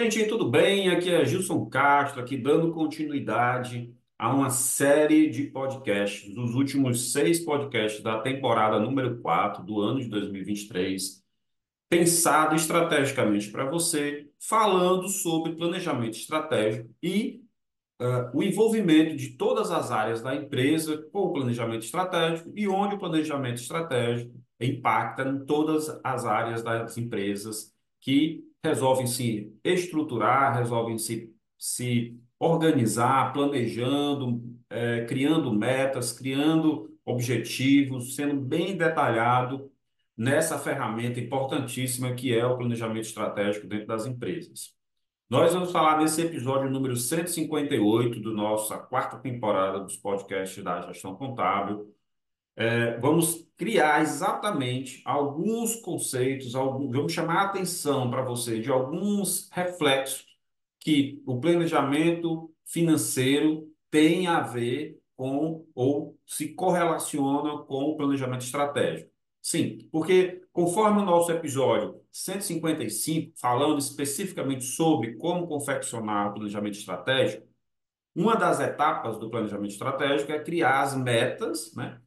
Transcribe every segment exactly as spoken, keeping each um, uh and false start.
gente, tudo bem? Aqui é Gilson Castro, aqui dando continuidade a uma série de podcasts, dos últimos seis podcasts da temporada número quatro do ano de dois mil e vinte e três, pensado estrategicamente para você, falando sobre planejamento estratégico e o envolvimento de todas as áreas da empresa com o planejamento estratégico e onde o planejamento estratégico impacta em todas as áreas das empresas que resolvem se estruturar, resolvem se, se organizar, planejando, eh, criando metas, criando objetivos, sendo bem detalhado nessa ferramenta importantíssima que é o planejamento estratégico dentro das empresas. Nós vamos falar nesse episódio número cento e cinquenta e oito do nossa quarta temporada dos podcasts da gestão contábil. É, vamos criar exatamente alguns conceitos, algum, vamos chamar a atenção para você de alguns reflexos que o planejamento financeiro tem a ver com ou se correlaciona com o planejamento estratégico. Sim, porque conforme o nosso episódio cento e cinquenta e cinco, falando especificamente sobre como confeccionar o planejamento estratégico, uma das etapas do planejamento estratégico é criar as metas, né?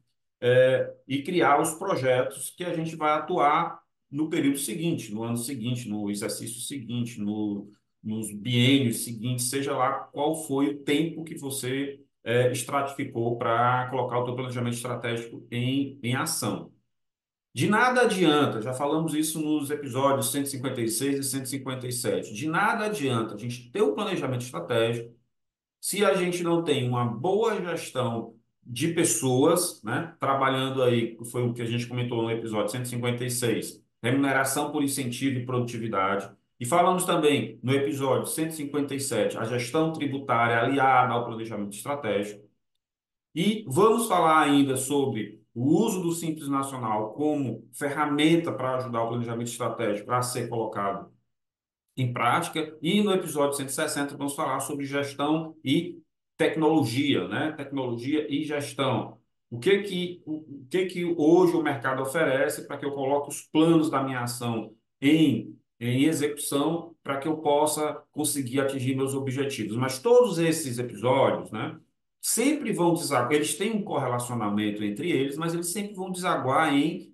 É, e criar os projetos que a gente vai atuar no período seguinte, no ano seguinte, no exercício seguinte, no, nos biênios seguintes, seja lá qual foi o tempo que você é, estratificou para colocar o teu planejamento estratégico em, em ação. De nada adianta, já falamos isso nos episódios cento e cinquenta e seis e cento e cinquenta e sete, de nada adianta a gente ter um planejamento estratégico se a gente não tem uma boa gestão de pessoas, né, trabalhando aí, que foi o que a gente comentou no episódio cento e cinquenta e seis, remuneração por incentivo e produtividade. E falamos também no episódio cento e cinquenta e sete, a gestão tributária aliada ao planejamento estratégico. E vamos falar ainda sobre o uso do Simples Nacional como ferramenta para ajudar o planejamento estratégico a ser colocado em prática. E no episódio cento e sessenta vamos falar sobre gestão e tecnologia, né? Tecnologia e gestão. O que que, o que que hoje o mercado oferece para que eu coloque os planos da minha ação em, em execução para que eu possa conseguir atingir meus objetivos. Mas todos esses episódios, né? Sempre vão desaguar, eles têm um correlacionamento entre eles, mas eles sempre vão desaguar em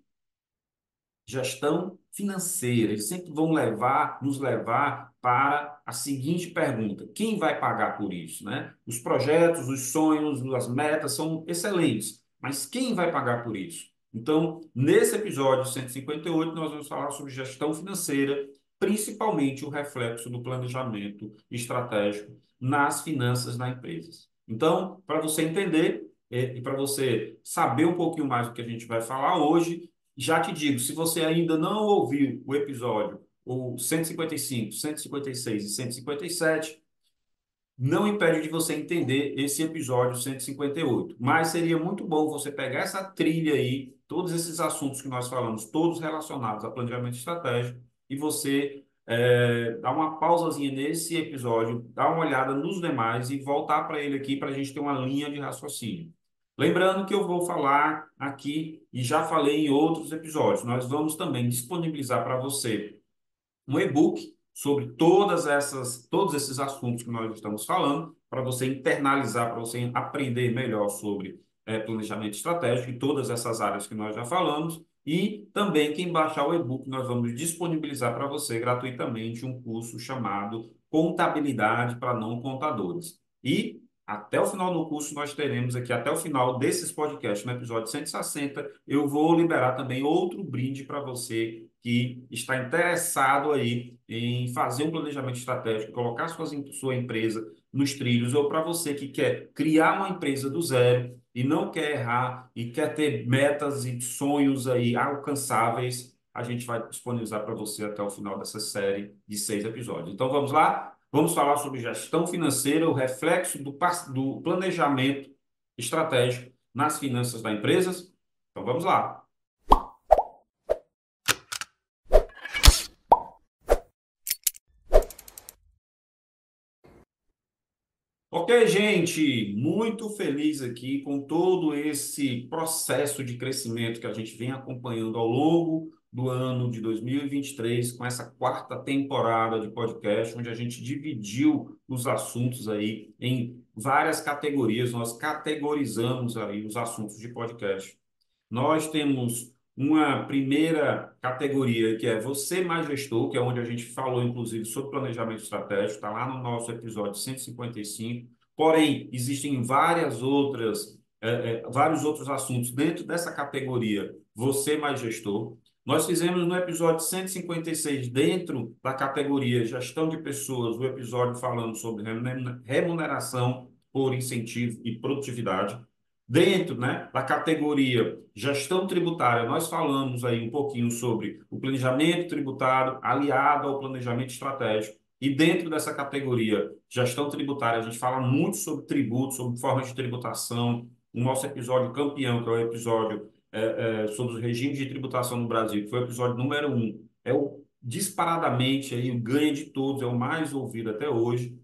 gestão financeira. Eles sempre vão levar, nos levar para a seguinte pergunta: quem vai pagar por isso, né? Os projetos, os sonhos, as metas são excelentes, mas quem vai pagar por isso? Então, nesse episódio cento e cinquenta e oito, nós vamos falar sobre gestão financeira, principalmente o reflexo do planejamento estratégico nas finanças da empresa. Então, para você entender eh, e para você saber um pouquinho mais do que a gente vai falar hoje, já te digo, se você ainda não ouviu o episódio, o cento e cinquenta e cinco, cento e cinquenta e seis e cento e cinquenta e sete, não impede de você entender esse episódio cento e cinquenta e oito. Mas seria muito bom você pegar essa trilha aí, todos esses assuntos que nós falamos, todos relacionados a planejamento estratégico, e você é, dar uma pausazinha nesse episódio, dar uma olhada nos demais e voltar para ele aqui para a gente ter uma linha de raciocínio. Lembrando que eu vou falar aqui, e já falei em outros episódios, nós vamos também disponibilizar para você um e-book sobre todas essas, todos esses assuntos que nós estamos falando, para você internalizar, para você aprender melhor sobre eh, planejamento estratégico e todas essas áreas que nós já falamos. E também, quem baixar o e-book, nós vamos disponibilizar para você gratuitamente um curso chamado Contabilidade para Não Contadores. E até o final do curso, nós teremos aqui, até o final desses podcasts, no episódio cento e sessenta, eu vou liberar também outro brinde para você que está interessado aí em fazer um planejamento estratégico, colocar suas, sua empresa nos trilhos, ou para você que quer criar uma empresa do zero e não quer errar e quer ter metas e sonhos aí alcançáveis, a gente vai disponibilizar para você até o final dessa série de seis episódios. Então vamos lá? Vamos falar sobre gestão financeira, o reflexo do, do planejamento estratégico nas finanças da empresa. Então vamos lá. Ok, gente, muito feliz aqui com todo esse processo de crescimento que a gente vem acompanhando ao longo do ano de dois mil e vinte e três, com essa quarta temporada de podcast, onde a gente dividiu os assuntos aí em várias categorias. Nós categorizamos aí os assuntos de podcast. Nós temos uma primeira categoria que é Você Mais Gestor, que é onde a gente falou, inclusive, sobre planejamento estratégico, está lá no nosso episódio cento e cinquenta e cinco. Porém, existem várias outras, eh, eh, vários outros assuntos dentro dessa categoria Você Mais Gestor. Nós fizemos no episódio cento e cinquenta e seis, dentro da categoria Gestão de Pessoas, o episódio falando sobre remuneração por incentivo e produtividade. Dentro, né, da categoria gestão tributária, nós falamos aí um pouquinho sobre o planejamento tributário aliado ao planejamento estratégico. E dentro dessa categoria gestão tributária, a gente fala muito sobre tributos, sobre formas de tributação. O nosso episódio campeão, que é o episódio é, é, sobre os regimes de tributação no Brasil, que foi o episódio número um, é o disparadamente aí, o ganho de todos, é o mais ouvido até hoje.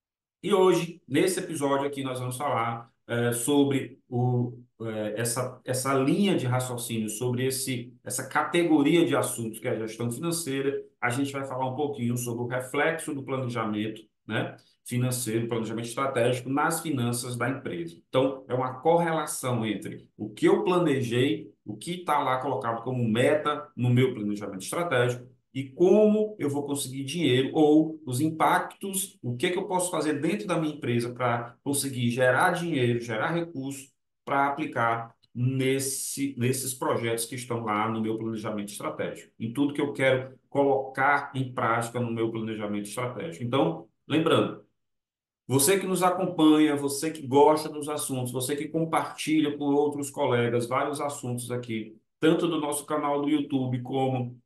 E hoje, nesse episódio aqui, nós vamos falar eh, sobre o, eh, essa, essa linha de raciocínio, sobre esse, essa categoria de assuntos que é a gestão financeira. A gente vai falar um pouquinho sobre o reflexo do planejamento, né, financeiro, planejamento estratégico nas finanças da empresa. Então, é uma correlação entre o que eu planejei, o que está lá colocado como meta no meu planejamento estratégico, e como eu vou conseguir dinheiro ou os impactos, o que é que eu posso fazer dentro da minha empresa para conseguir gerar dinheiro, gerar recursos para aplicar nesse, nesses projetos que estão lá no meu planejamento estratégico, em tudo que eu quero colocar em prática no meu planejamento estratégico. Então, lembrando, você que nos acompanha, você que gosta dos assuntos, você que compartilha com outros colegas vários assuntos aqui, tanto do nosso canal do YouTube como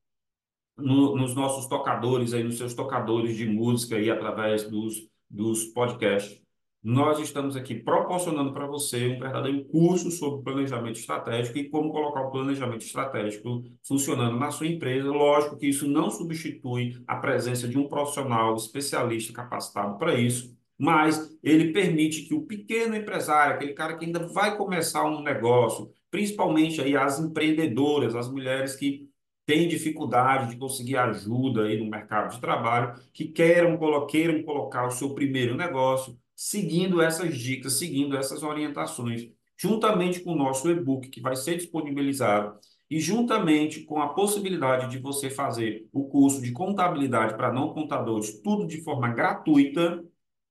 no- nos nossos tocadores, aí, nos seus tocadores de música aí através dos, dos podcasts. Nós estamos aqui proporcionando para você um verdadeiro curso sobre planejamento estratégico e como colocar o planejamento estratégico funcionando na sua empresa. Lógico que isso não substitui a presença de um profissional especialista capacitado para isso, mas ele permite que o pequeno empresário, aquele cara que ainda vai começar um negócio, principalmente aí as empreendedoras, as mulheres que têm dificuldade de conseguir ajuda aí no mercado de trabalho, que queiram, colo- queiram colocar o seu primeiro negócio, seguindo essas dicas, seguindo essas orientações, juntamente com o nosso e-book, que vai ser disponibilizado, e juntamente com a possibilidade de você fazer o curso de contabilidade para não contadores, tudo de forma gratuita.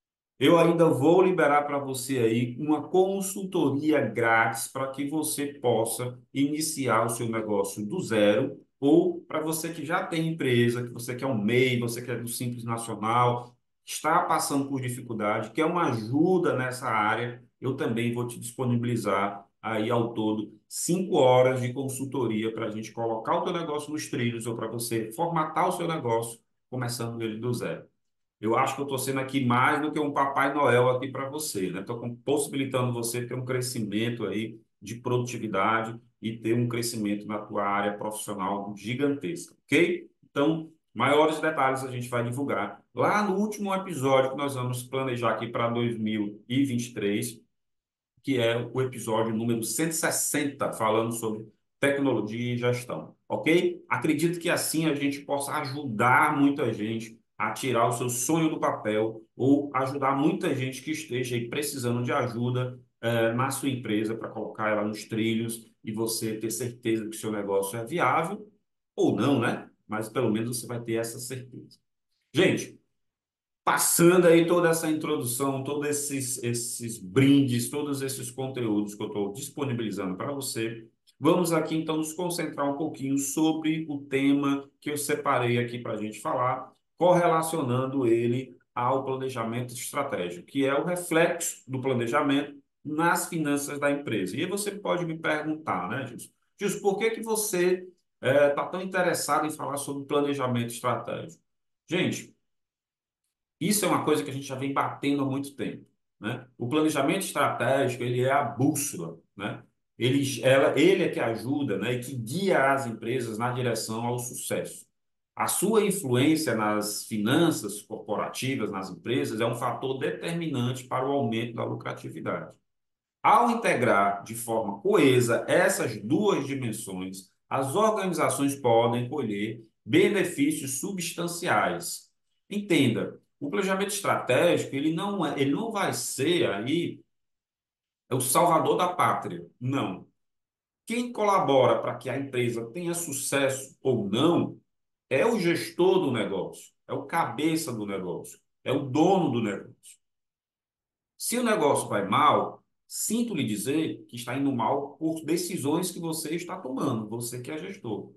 Eu ainda vou liberar para você aí uma consultoria grátis para que você possa iniciar o seu negócio do zero, ou para você que já tem empresa, que você quer um M E I, você quer do Simples Nacional, está passando por dificuldade, quer uma ajuda nessa área, eu também vou te disponibilizar aí ao todo cinco horas de consultoria para a gente colocar o teu negócio nos trilhos ou para você formatar o seu negócio, começando ele do zero. Eu acho que eu estou sendo aqui mais do que um Papai Noel aqui para você, né? Estou possibilitando você ter um crescimento aí de produtividade e ter um crescimento na tua área profissional gigantesca, ok? Então, maiores detalhes a gente vai divulgar lá no último episódio que nós vamos planejar aqui para dois mil e vinte e três, que é o episódio número cento e sessenta, falando sobre tecnologia e gestão, ok? Acredito que assim a gente possa ajudar muita gente a tirar o seu sonho do papel ou ajudar muita gente que esteja aí precisando de ajuda eh, na sua empresa para colocar ela nos trilhos e você ter certeza que o seu negócio é viável ou não, né? Mas pelo menos você vai ter essa certeza. Gente, passando aí toda essa introdução, todos esses, esses brindes, todos esses conteúdos que eu estou disponibilizando para você, vamos aqui então nos concentrar um pouquinho sobre o tema que eu separei aqui para a gente falar, correlacionando ele ao planejamento estratégico, que é o reflexo do planejamento nas finanças da empresa. E aí você pode me perguntar, né, Gilson? Gilson, por que que você está tão interessado em falar sobre planejamento estratégico? Gente, isso é uma coisa que a gente já vem batendo há muito tempo, né? O planejamento estratégico, ele é a bússola, né? Ele, ela, ele é que ajuda, né, e que guia as empresas na direção ao sucesso. A sua influência nas finanças corporativas, nas empresas, é um fator determinante para o aumento da lucratividade. Ao integrar de forma coesa essas duas dimensões, as organizações podem colher benefícios substanciais. Entenda, o planejamento estratégico, ele não é, ele não vai ser aí o salvador da pátria. Não. Quem colabora para que a empresa tenha sucesso ou não é o gestor do negócio, é o cabeça do negócio, é o dono do negócio. Se o negócio vai mal, sinto lhe dizer que está indo mal por decisões que você está tomando, você que é gestor.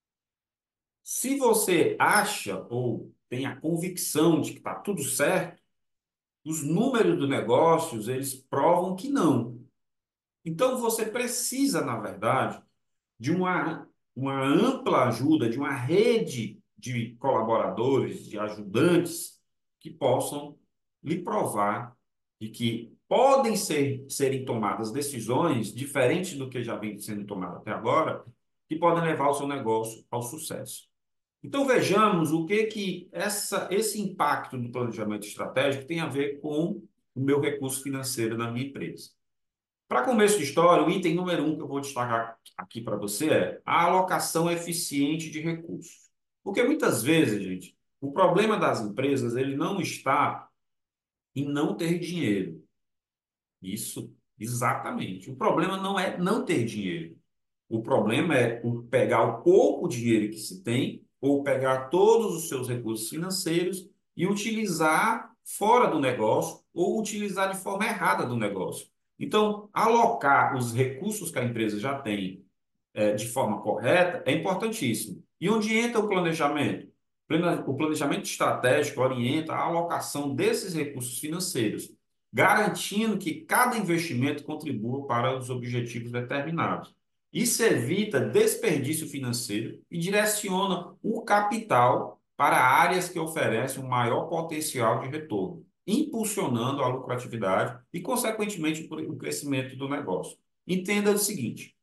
Se você acha ou tem a convicção de que está tudo certo, os números do negócios, eles provam que não. Então você precisa, na verdade, de uma, uma ampla ajuda, de uma rede de colaboradores, de ajudantes que possam lhe provar de que podem ser, serem tomadas decisões diferentes do que já vem sendo tomado até agora, que podem levar o seu negócio ao sucesso. Então vejamos o que que essa, esse impacto do planejamento estratégico tem a ver com o meu recurso financeiro na minha empresa. Para começo de história, o item número um que eu vou destacar aqui para você é a alocação eficiente de recursos. Porque muitas vezes, gente, o problema das empresas ele não está em não ter dinheiro. Isso, exatamente. O problema não é não ter dinheiro. O problema é o pegar o pouco dinheiro que se tem, ou pegar todos os seus recursos financeiros e utilizar fora do negócio, ou utilizar de forma errada do negócio. Então, alocar os recursos que a empresa já tem eh, de forma correta é importantíssimo. E onde entra o planejamento? Plena- O planejamento estratégico orienta a alocação desses recursos financeiros, garantindo que cada investimento contribua para os objetivos determinados. Isso evita desperdício financeiro e direciona o capital para áreas que oferecem um maior potencial de retorno, impulsionando a lucratividade e, consequentemente, o crescimento do negócio. Entenda o seguinte: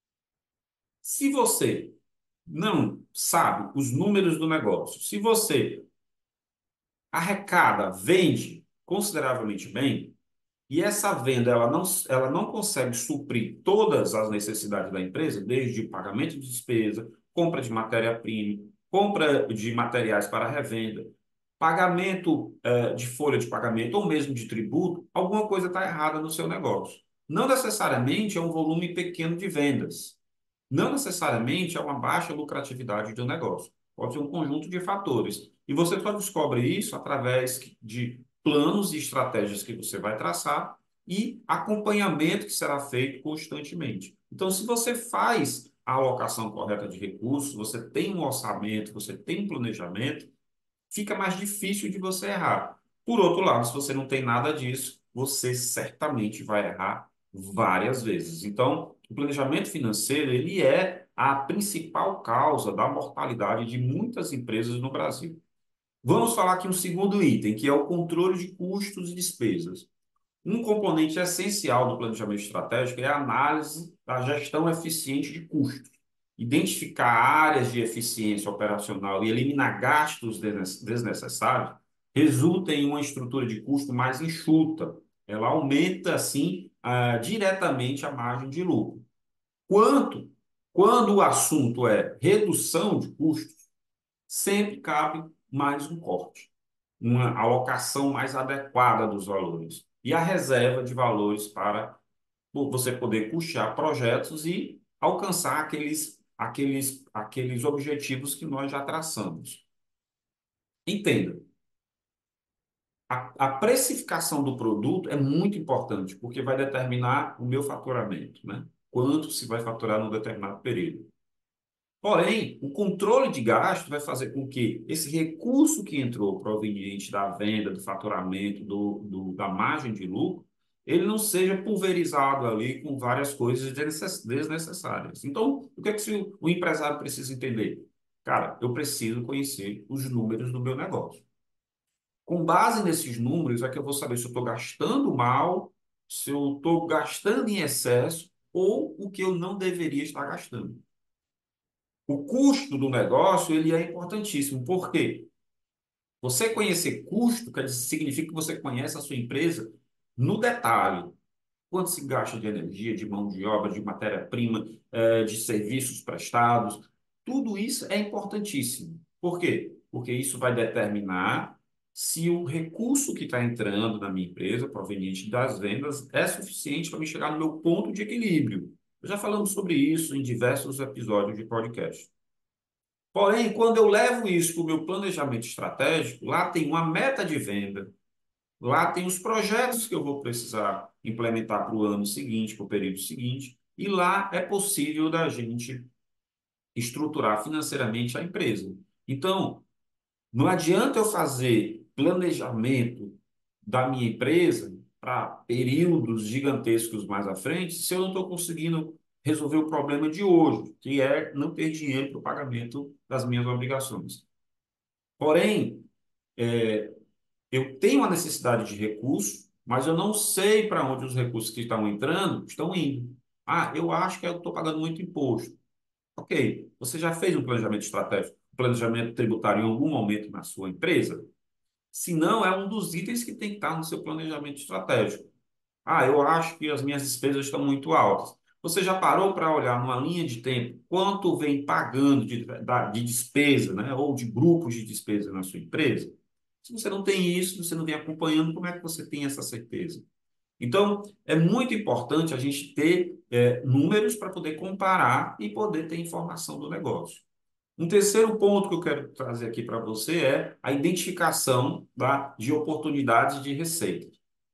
se você não sabe os números do negócio, se você arrecada, vende consideravelmente bem, e essa venda ela não, ela não consegue suprir todas as necessidades da empresa, desde pagamento de despesa, compra de matéria-prima, compra de materiais para revenda, pagamento eh, de folha de pagamento ou mesmo de tributo, alguma coisa está errada no seu negócio. Não necessariamente é um volume pequeno de vendas. Não necessariamente é uma baixa lucratividade do negócio. Pode ser um conjunto de fatores. E você só descobre isso através de planos e estratégias que você vai traçar e acompanhamento que será feito constantemente. Então, se você faz a alocação correta de recursos, você tem um orçamento, você tem um planejamento, fica mais difícil de você errar. Por outro lado, se você não tem nada disso, você certamente vai errar várias vezes. Então, o planejamento financeiro, ele é a principal causa da mortalidade de muitas empresas no Brasil. Vamos falar aqui um segundo item, que é o controle de custos e despesas. Um componente essencial do planejamento estratégico é a análise da gestão eficiente de custos. Identificar áreas de eficiência operacional e eliminar gastos desnecessários resulta em uma estrutura de custo mais enxuta. Ela aumenta, assim, ah, diretamente a margem de lucro. Quanto, quando o assunto é redução de custos, sempre cabe mais um corte, uma alocação mais adequada dos valores e a reserva de valores para você poder custear projetos e alcançar aqueles, aqueles, aqueles objetivos que nós já traçamos. Entenda, a, a precificação do produto é muito importante, porque vai determinar o meu faturamento, né? Quanto se vai faturar num determinado período. Porém, o controle de gasto vai fazer com que esse recurso que entrou proveniente da venda, do faturamento, do, do- da margem de lucro, ele não seja pulverizado ali com várias coisas desnecess- desnecessárias. Então, o que é que se o o empresário precisa entender? Cara, eu preciso conhecer os números do meu negócio. Com base nesses números, é que eu vou saber se eu estou gastando mal, se eu estou gastando em excesso ou o que eu não deveria estar gastando. O custo do negócio, ele é importantíssimo. Por quê? Você conhecer custo quer dizer, significa que você conhece a sua empresa no detalhe. quanto se gasta de energia, de mão de obra, de matéria-prima, eh, de serviços prestados. Tudo isso é importantíssimo. Por quê? Porque isso vai determinar se o recurso que está entrando na minha empresa, proveniente das vendas, é suficiente para me chegar no meu ponto de equilíbrio. Já falamos sobre isso em diversos episódios de podcast. Porém, quando eu levo isso para o meu planejamento estratégico, lá tem uma meta de venda, lá tem os projetos que eu vou precisar implementar para o ano seguinte, para o período seguinte, e lá é possível da gente estruturar financeiramente a empresa. Então, não adianta eu fazer planejamento da minha empresa para períodos gigantescos mais à frente se eu não estou conseguindo resolver o problema de hoje, que é não ter dinheiro para o pagamento das minhas obrigações. Porém, eu tenho a necessidade de recursos, mas eu não sei para onde os recursos que estão entrando estão indo. Ah, eu acho que eu estou pagando muito imposto. Ok, você já fez um planejamento estratégico, um planejamento tributário em algum momento na sua empresa? Se não, é um dos itens que tem que estar no seu planejamento estratégico. Ah, eu acho que as minhas despesas estão muito altas. Você já parou para olhar numa linha de tempo quanto vem pagando de, da- de despesa, né, ou de grupos de despesa na sua empresa? Se você não tem isso, você não vem acompanhando, como é que você tem essa certeza? Então, é muito importante a gente ter é, números para poder comparar e poder ter informação do negócio. Um terceiro ponto que eu quero trazer aqui para você é a identificação, tá, de oportunidades de receita.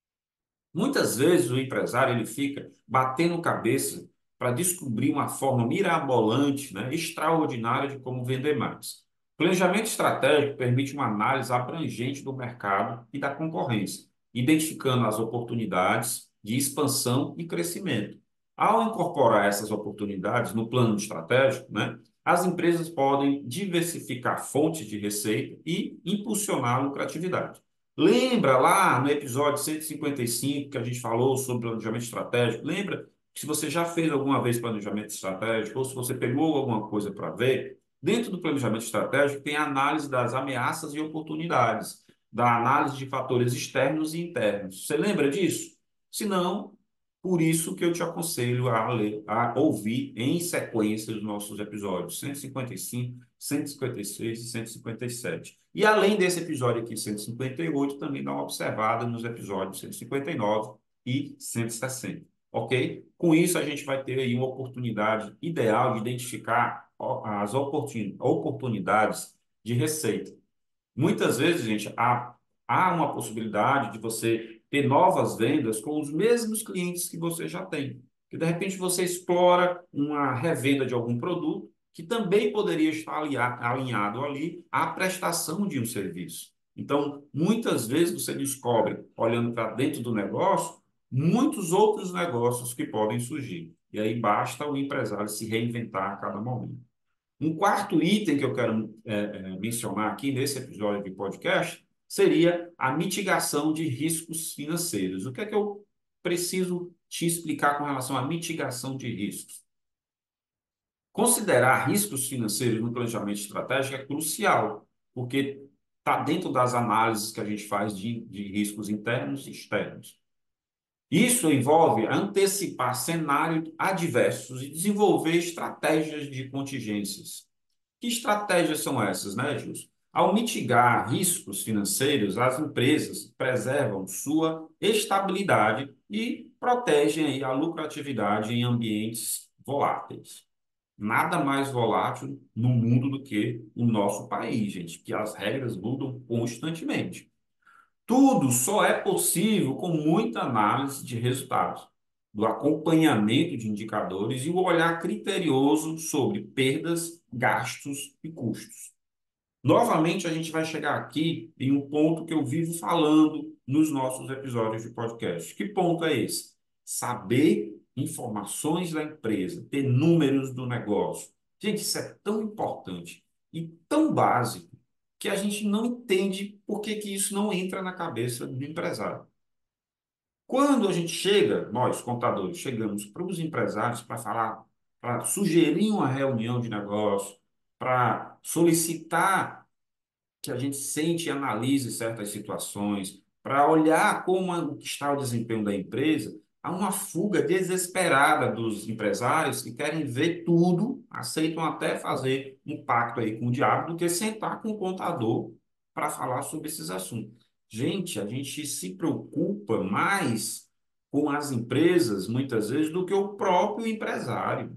Muitas vezes o empresário ele fica batendo cabeça para descobrir uma forma mirabolante, né, extraordinária de como vender mais. Planejamento estratégico permite uma análise abrangente do mercado e da concorrência, identificando as oportunidades de expansão e crescimento. Ao incorporar essas oportunidades no plano estratégico, né, as empresas podem diversificar fontes de receita e impulsionar a lucratividade. Lembra lá no episódio cento e cinquenta e cinco que a gente falou sobre planejamento estratégico? Lembra que se você já fez alguma vez planejamento estratégico ou se você pegou alguma coisa para ver, dentro do planejamento estratégico tem a análise das ameaças e oportunidades, da análise de fatores externos e internos. Você lembra disso? Se não, por isso que eu te aconselho a ler, a ouvir em sequência os nossos episódios cento e cinquenta e cinco, cento e cinquenta e seis e cento e cinquenta e sete. E além desse episódio aqui, cento e cinquenta e oito, também dá uma observada nos episódios cento e cinquenta e nove e cento e sessenta, ok? Com isso, a gente vai ter aí uma oportunidade ideal de identificar ó, as oportun- oportunidades de receita. Muitas vezes, gente, há, há uma possibilidade de você ter novas vendas com os mesmos clientes que você já tem. Que de repente você explora uma revenda de algum produto que também poderia estar alia- alinhado ali à prestação de um serviço. Então, muitas vezes você descobre, olhando para dentro do negócio, muitos outros negócios que podem surgir. E aí basta o empresário se reinventar a cada momento. Um quarto item que eu quero é, é, mencionar aqui nesse episódio de podcast seria a mitigação de riscos financeiros. O que é que eu preciso te explicar com relação à mitigação de riscos? Considerar riscos financeiros no planejamento estratégico é crucial, porque está dentro das análises que a gente faz de, de riscos internos e externos. Isso envolve antecipar cenários adversos e desenvolver estratégias de contingências. Que estratégias são essas, né, Gilson? Ao mitigar riscos financeiros, as empresas preservam sua estabilidade e protegem aí a lucratividade em ambientes voláteis. Nada mais volátil no mundo do que o nosso país, gente, que as regras mudam constantemente. Tudo só é possível com muita análise de resultados, do acompanhamento de indicadores e o olhar criterioso sobre perdas, gastos e custos. Novamente, a gente vai chegar aqui em um ponto que eu vivo falando nos nossos episódios de podcast. Que ponto é esse? Saber informações da empresa, ter números do negócio. Gente, isso é tão importante e tão básico que a gente não entende por que que isso não entra na cabeça do empresário. Quando a gente chega, nós, contadores, chegamos para os empresários para falar, para sugerir uma reunião de negócio, para solicitar que a gente sente e analise certas situações, para olhar como está o desempenho da empresa, há uma fuga desesperada dos empresários que querem ver tudo, aceitam até fazer um pacto aí com o diabo, do que sentar com o contador para falar sobre esses assuntos. Gente, a gente se preocupa mais com as empresas, muitas vezes, do que o próprio empresário.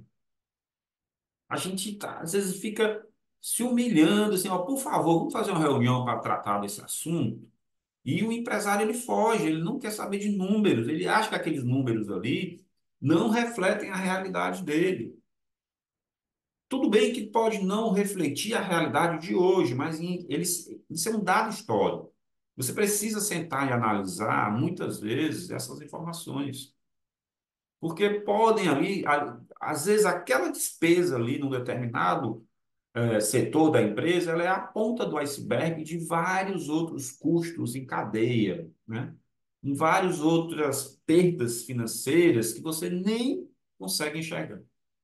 A gente tá, às vezes fica se humilhando, assim, ó, por favor, vamos fazer uma reunião para tratar desse assunto. E o empresário ele foge, ele não quer saber de números, ele acha que aqueles números ali não refletem a realidade dele. Tudo bem que pode não refletir a realidade de hoje, mas em- eles, isso é um dado histórico. Você precisa sentar e analisar muitas vezes essas informações, porque podem ali, a- às vezes aquela despesa ali num determinado eh, setor da empresa, ela é a ponta do iceberg de vários outros custos em cadeia, né? Em várias outras perdas financeiras que você nem consegue enxergar.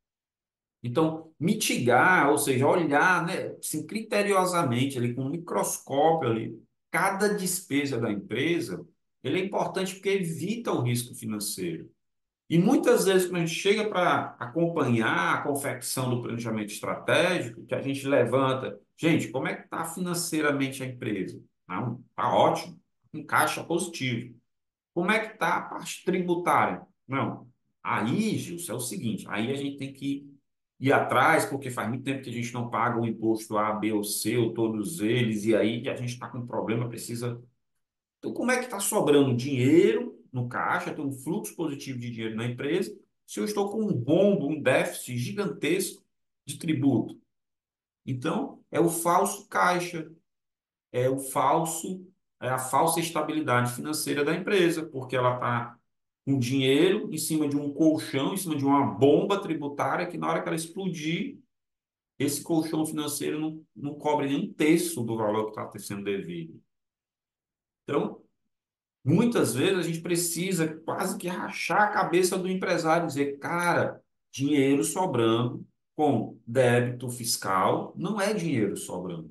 Então, mitigar, ou seja, olhar, né, assim, criteriosamente, ali, com um microscópio ali, cada despesa da empresa, ele é importante porque evita o risco financeiro. E muitas vezes, quando a gente chega para acompanhar a confecção do planejamento estratégico, que a gente levanta, gente, como é que está financeiramente a empresa? Não, está ótimo, um caixa positivo. Como é que está a parte tributária? Não. Aí, Gilson, é o seguinte, aí a gente tem que ir atrás, porque faz muito tempo que a gente não paga o imposto A, B ou C, ou todos eles, e aí a gente está com um problema, precisa. Então, como é que está sobrando dinheiro no caixa, tem um fluxo positivo de dinheiro na empresa, se eu estou com um rombo, um déficit gigantesco de tributo? Então, é o falso caixa, é o falso, é a falsa estabilidade financeira da empresa, porque ela está com dinheiro em cima de um colchão, em cima de uma bomba tributária, que na hora que ela explodir, esse colchão financeiro não, não cobre nem um terço do valor que está sendo devido. Então, muitas vezes a gente precisa quase que rachar a cabeça do empresário, e dizer, cara, dinheiro sobrando com débito fiscal não é dinheiro sobrando.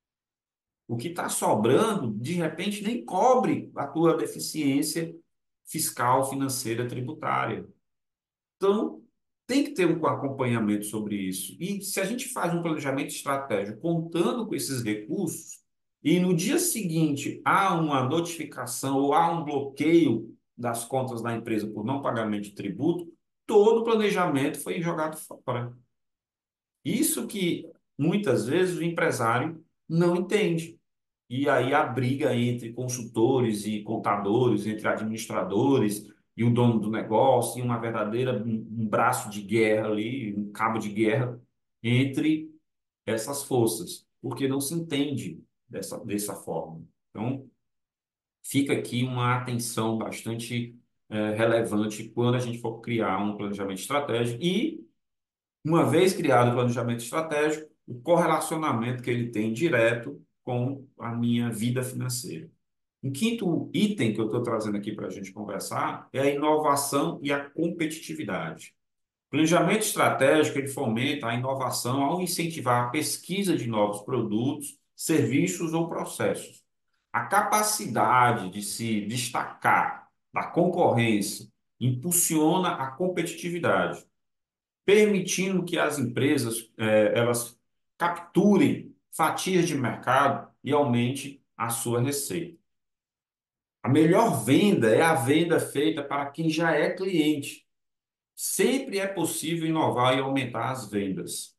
O que está sobrando, de repente, nem cobre a tua deficiência fiscal, financeira, tributária. Então, tem que ter um acompanhamento sobre isso. E se a gente faz um planejamento estratégico contando com esses recursos, e no dia seguinte há uma notificação ou há um bloqueio das contas da empresa por não pagamento de tributo, todo o planejamento foi jogado fora. Isso que muitas vezes o empresário não entende. E aí a briga entre consultores e contadores, entre administradores e o dono do negócio, e uma verdadeira um um braço de guerra ali, um cabo de guerra entre essas forças, porque não se entende dessa, dessa forma. Então, fica aqui uma atenção bastante eh, relevante quando a gente for criar um planejamento estratégico e uma vez criado o planejamento estratégico, o correlacionamento que ele tem direto com a minha vida financeira. Um quinto item que eu estou trazendo aqui para a gente conversar é a inovação e a competitividade. O planejamento estratégico ele fomenta a inovação ao incentivar a pesquisa de novos produtos, serviços ou processos. A capacidade de se destacar da concorrência impulsiona a competitividade, permitindo que as empresas eh, elas capturem fatias de mercado e aumente a sua receita. A melhor venda é a venda feita para quem já é cliente. Sempre é possível inovar e aumentar as vendas.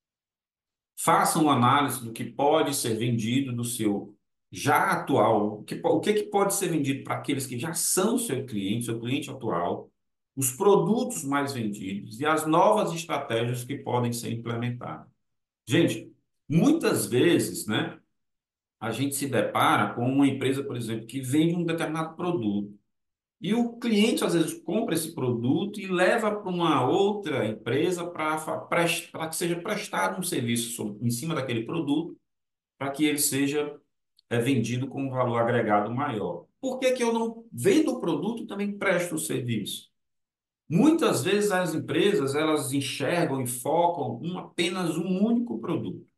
Faça uma análise do que pode ser vendido do seu já atual, o que, o que que pode ser vendido para aqueles que já são seu cliente, seu cliente atual, os produtos mais vendidos e as novas estratégias que podem ser implementadas. Gente, muitas vezes, né, a gente se depara com uma empresa, por exemplo, que vende um determinado produto. E o cliente, às vezes, compra esse produto e leva para uma outra empresa para para que seja prestado um serviço sobre- em cima daquele produto, para que ele seja é, vendido com um valor agregado maior. Por que que eu não vendo o produto e também presto o serviço? Muitas vezes as empresas elas enxergam e focam em apenas um único produto.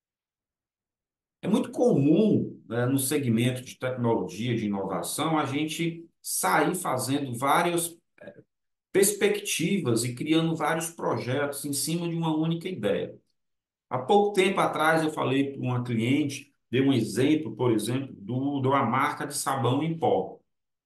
É muito comum, né, no segmento de tecnologia, de inovação, a gente sair fazendo vários perspectivas e criando vários projetos em cima de uma única ideia. Há pouco tempo atrás eu falei para uma cliente, dei um exemplo, por exemplo, do, de uma marca de sabão em pó.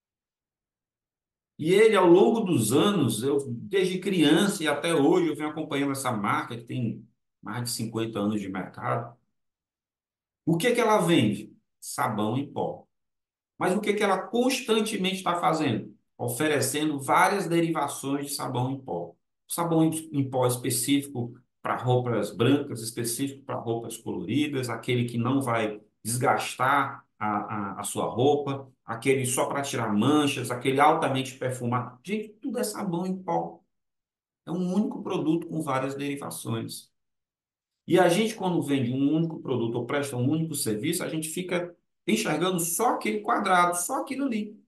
E ele, ao longo dos anos, eu, desde criança e até hoje, eu venho acompanhando essa marca que tem mais de cinquenta anos de mercado. O que que ela vende? Sabão em pó. Mas o que que ela constantemente está fazendo? Oferecendo várias derivações de sabão em pó. Sabão em em pó específico para roupas brancas, específico para roupas coloridas, aquele que não vai desgastar a, a, a sua roupa, aquele só para tirar manchas, aquele altamente perfumado. Gente, tudo é sabão em pó. É um único produto com várias derivações. E a gente, quando vende um único produto ou presta um único serviço, a gente fica enxergando só aquele quadrado, só aquilo ali.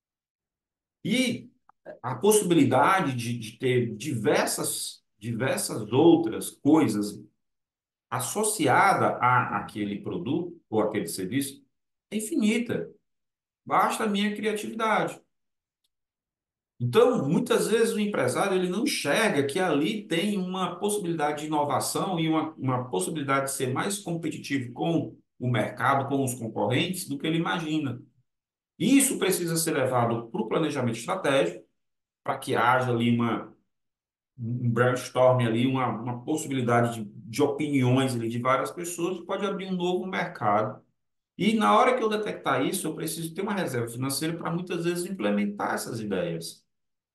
E a possibilidade de, de ter diversas, diversas outras coisas associadas a aquele produto ou aquele serviço é infinita. Basta a minha criatividade. Então, muitas vezes o empresário ele não enxerga que ali tem uma possibilidade de inovação e uma, uma possibilidade de ser mais competitivo com o mercado, com os concorrentes, do que ele imagina. Isso precisa ser levado para o planejamento estratégico, para que haja ali uma, um brainstorming ali, uma, uma possibilidade de, de opiniões ali de várias pessoas, que pode abrir um novo mercado. E na hora que eu detectar isso, eu preciso ter uma reserva financeira para muitas vezes implementar essas ideias.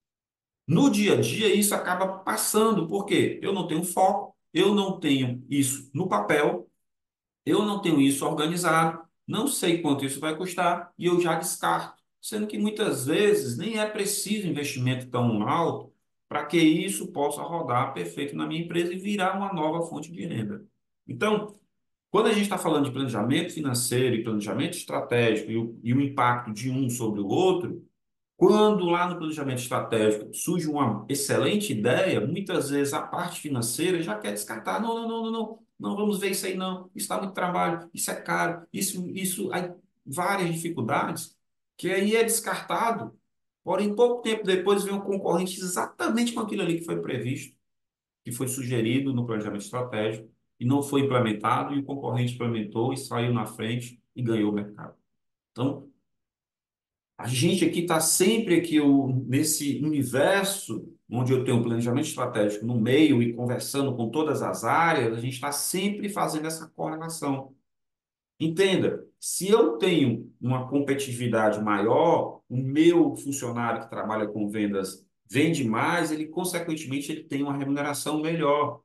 No dia a dia, isso acaba passando, porque eu não tenho foco, eu não tenho isso no papel, eu não tenho isso organizado, não sei quanto isso vai custar e eu já descarto. Sendo que muitas vezes nem é preciso investimento tão alto para que isso possa rodar perfeito na minha empresa e virar uma nova fonte de renda. Então, quando a gente está falando de planejamento financeiro e planejamento estratégico e o, e o impacto de um sobre o outro, quando lá no planejamento estratégico surge uma excelente ideia, muitas vezes a parte financeira já quer descartar. Não, não, não, não, não, não vamos ver isso aí não. Isso dá muito trabalho, isso é caro, isso, isso, aí, várias dificuldades, que aí é descartado. Porém, pouco tempo depois vem um concorrente exatamente com aquilo ali que foi previsto, que foi sugerido no planejamento estratégico e não foi implementado, e o concorrente implementou e saiu na frente e ganhou o mercado. Então, a gente aqui está sempre aqui eu, nesse universo onde eu tenho um planejamento estratégico no meio e conversando com todas as áreas, a gente está sempre fazendo essa correlação. Entenda, se eu tenho uma competitividade maior, o meu funcionário que trabalha com vendas vende mais, ele consequentemente ele tem uma remuneração melhor.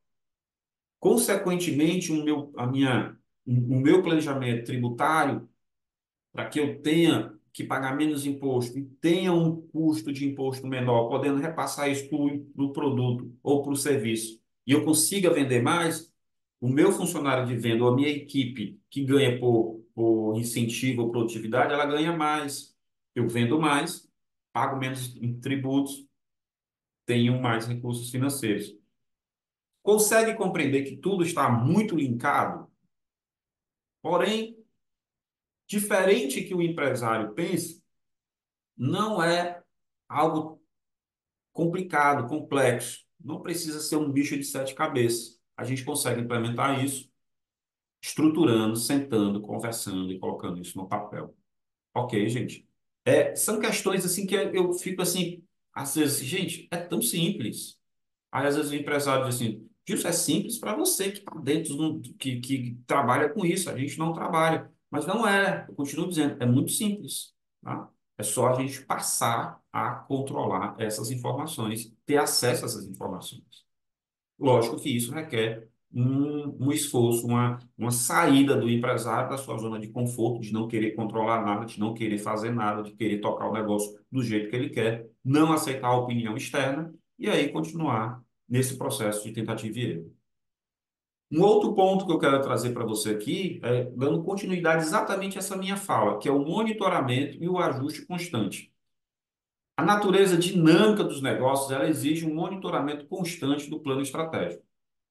Consequentemente, o meu, a minha, o meu planejamento tributário para que eu tenha que pagar menos imposto e tenha um custo de imposto menor, podendo repassar isso para o produto ou para o serviço, e eu consiga vender mais, o meu funcionário de venda ou a minha equipe que ganha por, por incentivo ou produtividade, ela ganha mais. Eu vendo mais, pago menos em tributos, tenho mais recursos financeiros. Consegue compreender que tudo está muito linkado? Porém, diferente que o empresário pense, não é algo complicado, complexo. Não precisa ser um bicho de sete cabeças. A gente consegue implementar isso estruturando, sentando, conversando e colocando isso no papel. Ok, gente? É, são questões assim que eu fico assim, às vezes, gente, é tão simples. Aí às vezes o empresário diz assim, isso é simples para você que está dentro, do, que, que trabalha com isso, a gente não trabalha. Mas não é, eu continuo dizendo, é muito simples, tá? É só a gente passar a controlar essas informações, ter acesso a essas informações. Lógico que isso requer um, um esforço, uma, uma saída do empresário da sua zona de conforto, de não querer controlar nada, de não querer fazer nada, de querer tocar o negócio do jeito que ele quer, não aceitar a opinião externa e aí continuar nesse processo de tentativa e erro. Um outro ponto que eu quero trazer para você aqui é dando continuidade exatamente a essa minha fala, que é o monitoramento e o ajuste constante. A natureza dinâmica dos negócios, ela exige um monitoramento constante do plano estratégico.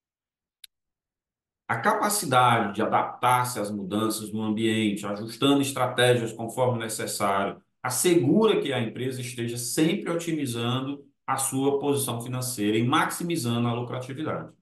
A capacidade de adaptar-se às mudanças no ambiente, ajustando estratégias conforme necessário, assegura que a empresa esteja sempre otimizando a sua posição financeira e maximizando a lucratividade.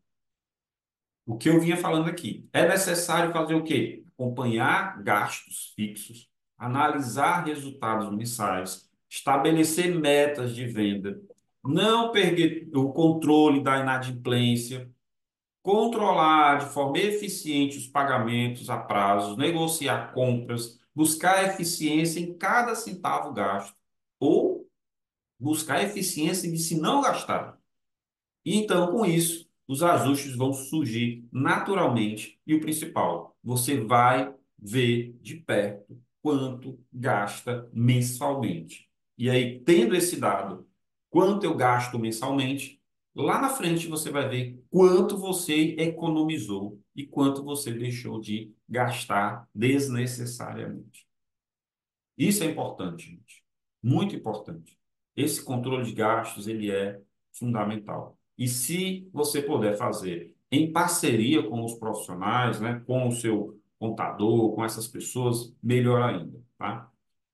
O que eu vinha falando aqui, é necessário fazer o quê? Acompanhar gastos fixos, analisar resultados mensais, estabelecer metas de venda, não perder o controle da inadimplência, controlar de forma eficiente os pagamentos a prazos, negociar compras, buscar eficiência em cada centavo gasto ou buscar eficiência de se não gastar. E então, com isso, os ajustes vão surgir naturalmente. E o principal, você vai ver de perto quanto gasta mensalmente. E aí, tendo esse dado, quanto eu gasto mensalmente, lá na frente você vai ver quanto você economizou e quanto você deixou de gastar desnecessariamente. Isso é importante, gente. Muito importante. Esse controle de gastos, ele é fundamental. E se você puder fazer em parceria com os profissionais, né, com o seu contador, com essas pessoas, melhor ainda, tá?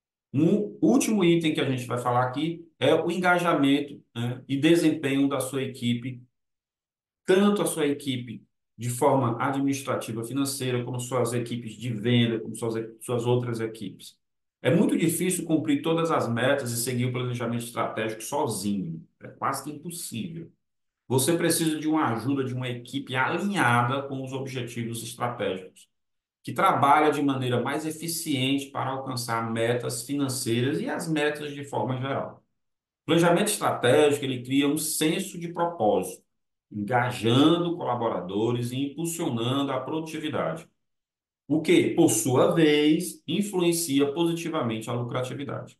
Um último item que a gente vai falar aqui é o engajamento, né, e desempenho da sua equipe, tanto a sua equipe de forma administrativa financeira, como suas equipes de venda, como suas, suas outras equipes. É muito difícil cumprir todas as metas e seguir o planejamento estratégico sozinho. É quase que impossível. Você precisa de uma ajuda de uma equipe alinhada com os objetivos estratégicos, que trabalha de maneira mais eficiente para alcançar metas financeiras e as metas de forma geral. Planejamento estratégico, ele cria um senso de propósito, engajando colaboradores e impulsionando a produtividade, o que, por sua vez, influencia positivamente a lucratividade.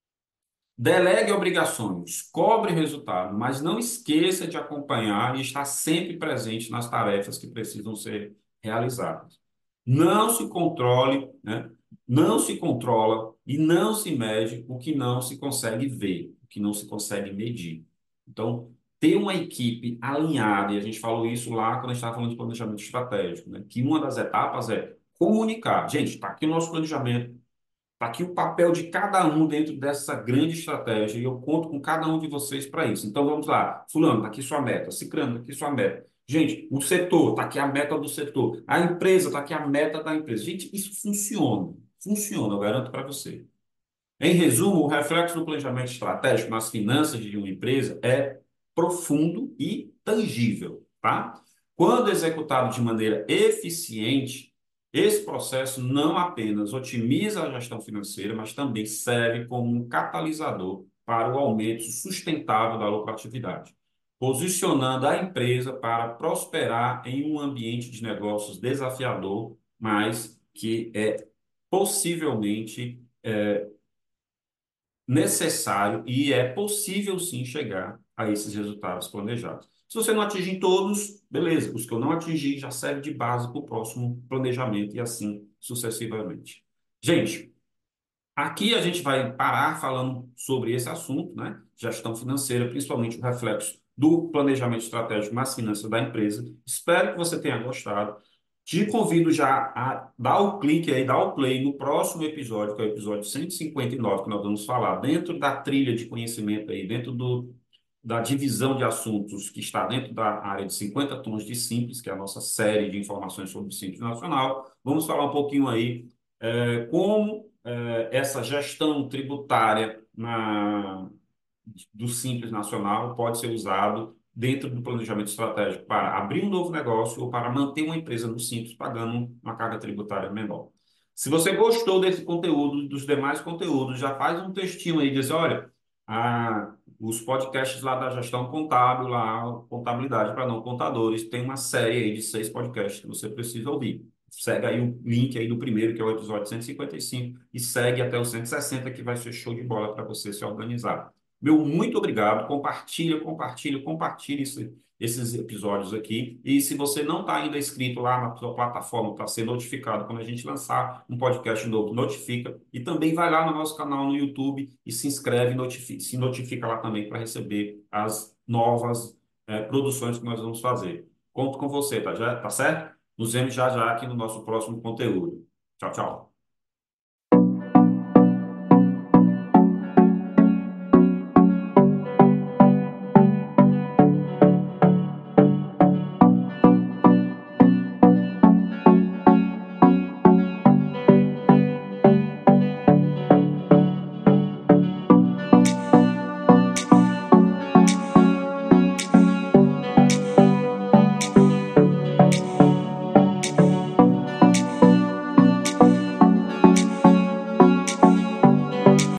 Delegue obrigações, cobre resultado, mas não esqueça de acompanhar e estar sempre presente nas tarefas que precisam ser realizadas. Não se controle, né? Não se controla e não se mede o que não se consegue ver, o que não se consegue medir. Então, ter uma equipe alinhada, e a gente falou isso lá quando a gente estava falando de planejamento estratégico, né? Que uma das etapas é comunicar. Gente, está aqui o nosso planejamento. Está aqui o papel de cada um dentro dessa grande estratégia e eu conto com cada um de vocês para isso. Então vamos lá. Fulano, está aqui sua meta. Cicrano, está aqui sua meta. Gente, o setor, está aqui a meta do setor. A empresa, está aqui a meta da empresa. Gente, isso funciona. Funciona, eu garanto para você. Em resumo, o reflexo do planejamento estratégico nas finanças de uma empresa é profundo e tangível, tá? Quando executado de maneira eficiente, esse processo não apenas otimiza a gestão financeira, mas também serve como um catalisador para o aumento sustentável da lucratividade, posicionando a empresa para prosperar em um ambiente de negócios desafiador, mas que é possivelmente é, necessário e é possível sim chegar a esses resultados planejados. Se você não atingir todos, beleza. Os que eu não atingi já serve de base para o próximo planejamento e assim sucessivamente. Gente, aqui a gente vai parar falando sobre esse assunto, né? Gestão financeira, principalmente o reflexo do planejamento estratégico nas finanças da empresa. Espero que você tenha gostado. Te convido já a dar o clique aí, dar o play no próximo episódio, que é o episódio cento e cinquenta e nove, que nós vamos falar dentro da trilha de conhecimento aí, dentro do, da divisão de assuntos que está dentro da área de cinquenta tons de Simples, que é a nossa série de informações sobre o Simples Nacional. Vamos falar um pouquinho aí eh, como eh, essa gestão tributária na, do Simples Nacional pode ser usado dentro do planejamento estratégico para abrir um novo negócio ou para manter uma empresa no Simples pagando uma carga tributária menor. Se você gostou desse conteúdo, dos demais conteúdos, já faz um textinho aí, diz, olha, a, os podcasts lá da gestão contábil, lá, contabilidade para não contadores, tem uma série aí de seis podcasts que você precisa ouvir. Segue aí o link aí do primeiro, que é o episódio cento e cinquenta e cinco, e segue até o cento e sessenta, que vai ser show de bola para você se organizar. Meu muito obrigado. Compartilha, compartilha, compartilha esse, esses episódios aqui. E se você não está ainda inscrito lá na sua plataforma para ser notificado quando a gente lançar um podcast novo, notifica. E também vai lá no nosso canal no YouTube e se inscreve, notifica, se notifica lá também para receber as novas eh, produções que nós vamos fazer. Conto com você, tá, já, tá certo? Nos vemos já já aqui no nosso próximo conteúdo. Tchau, tchau.